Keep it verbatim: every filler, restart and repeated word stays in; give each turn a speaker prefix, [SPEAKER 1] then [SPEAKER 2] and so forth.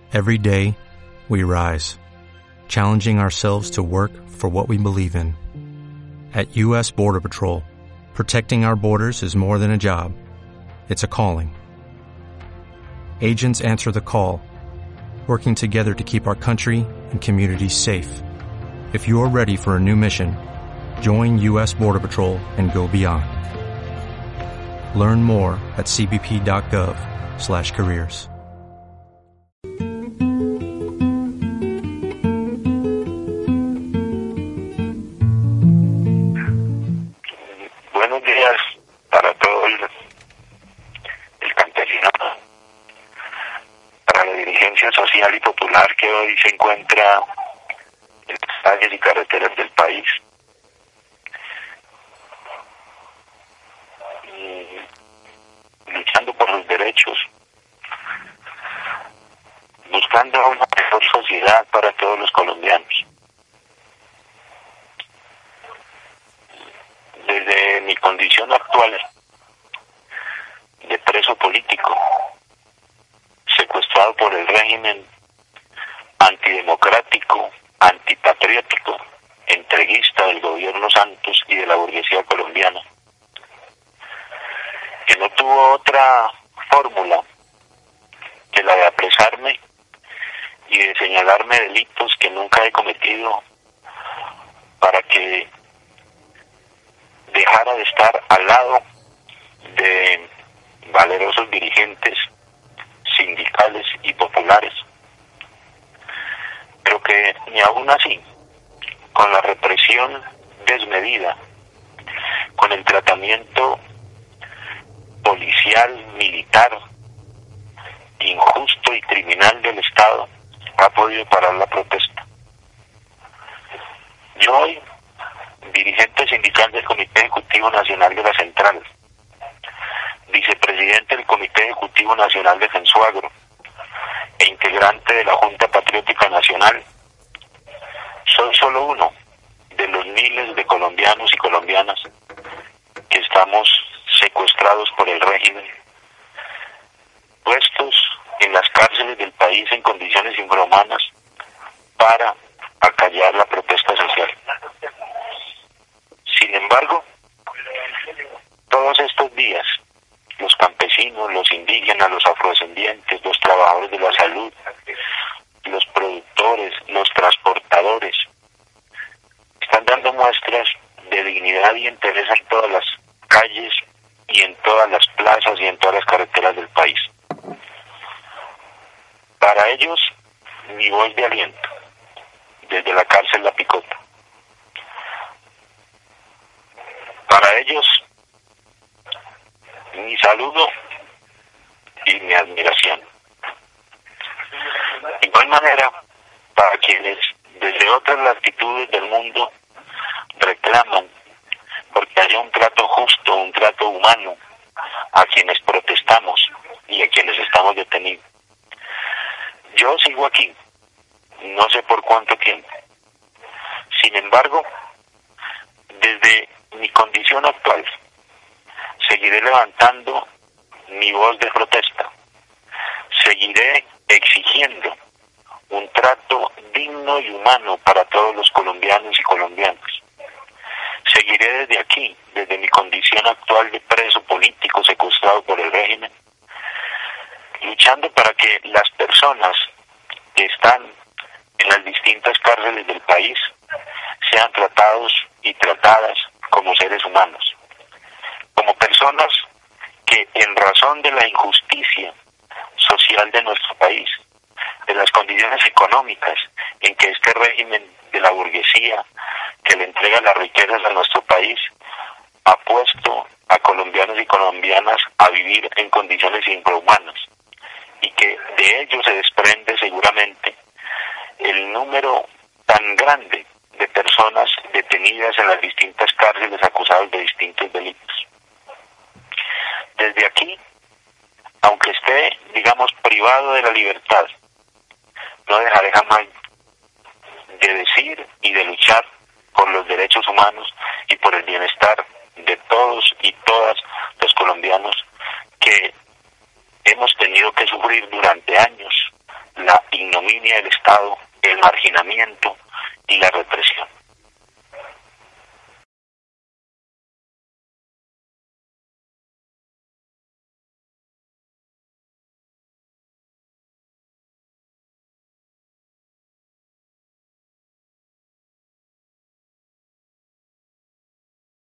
[SPEAKER 1] Every day, we rise, challenging ourselves to work for what we believe in. At U S Border Patrol, protecting our borders is more than a job. It's a calling. Agents answer the call, working together to keep our country and communities safe. If you're ready for a new mission, join U S Border Patrol and go beyond. Learn more at cbp.gov slash careers.
[SPEAKER 2] Buenos días para todo el, el campesinado, para la dirigencia social y popular que hoy se encuentra en las calles y carreteras del país. Y luchando por los derechos, buscando una mejor sociedad para todos los colombianos. Desde mi condición actual de preso político, secuestrado por el régimen antidemocrático, antipatriótico, entreguista del gobierno Santos y de la burguesía colombiana, que no tuvo otra fórmula que la de apresarme y de señalarme delitos que nunca he cometido para que dejara de estar al lado de valerosos dirigentes sindicales y populares, pero que ni aún así, con la represión desmedida, con el tratamiento policial, militar, injusto y criminal del Estado, ha podido parar la protesta. Yo hoy, dirigente sindical del Comité Ejecutivo Nacional de la Central, vicepresidente del Comité Ejecutivo Nacional de Fensuagro e integrante de la Junta Patriótica Nacional, soy solo uno de los miles de colombianos y colombianas que estamos secuestrados por el régimen, puestos en las cárceles del país en condiciones infrahumanas para acallar la protesta social. Sin embargo, todos estos días, los campesinos, los indígenas, los afrodescendientes, los trabajadores de la salud, los productores, los transportadores, están dando muestras de dignidad y interés en todas las calles y en todas las plazas y en todas las carreteras del país. Para ellos, mi voz de aliento, desde la cárcel La Picota. Para ellos, mi saludo y mi admiración. De igual manera, para quienes desde otras latitudes del mundo reclaman porque haya un trato justo, un trato humano a quienes protestamos y a quienes estamos detenidos. Yo sigo aquí, no sé por cuánto tiempo. Sin embargo, desde mi condición actual, seguiré levantando mi voz de protesta. Seguiré exigiendo un trato digno y humano para todos los colombianos y colombianas. Seguiré desde aquí, desde mi condición actual de preso político secuestrado por el régimen, luchando para que las personas que están en las distintas cárceles del país sean tratados y tratadas como seres humanos, como personas que en razón de la injusticia social de nuestro país, de las condiciones económicas en que este régimen de la burguesía que le entrega las riquezas a nuestro país ha puesto a colombianos y colombianas a vivir en condiciones infrahumanas, y que de ello se desprende seguramente el número tan grande de personas detenidas en las distintas cárceles acusadas de distintos delitos. Desde aquí, aunque esté, digamos, privado de la libertad, no dejaré jamás de decir y de luchar por los derechos humanos y por el bienestar de todos y todas los colombianos que hemos tenido que sufrir durante años la tiranía del Estado, el marginamiento y la represión.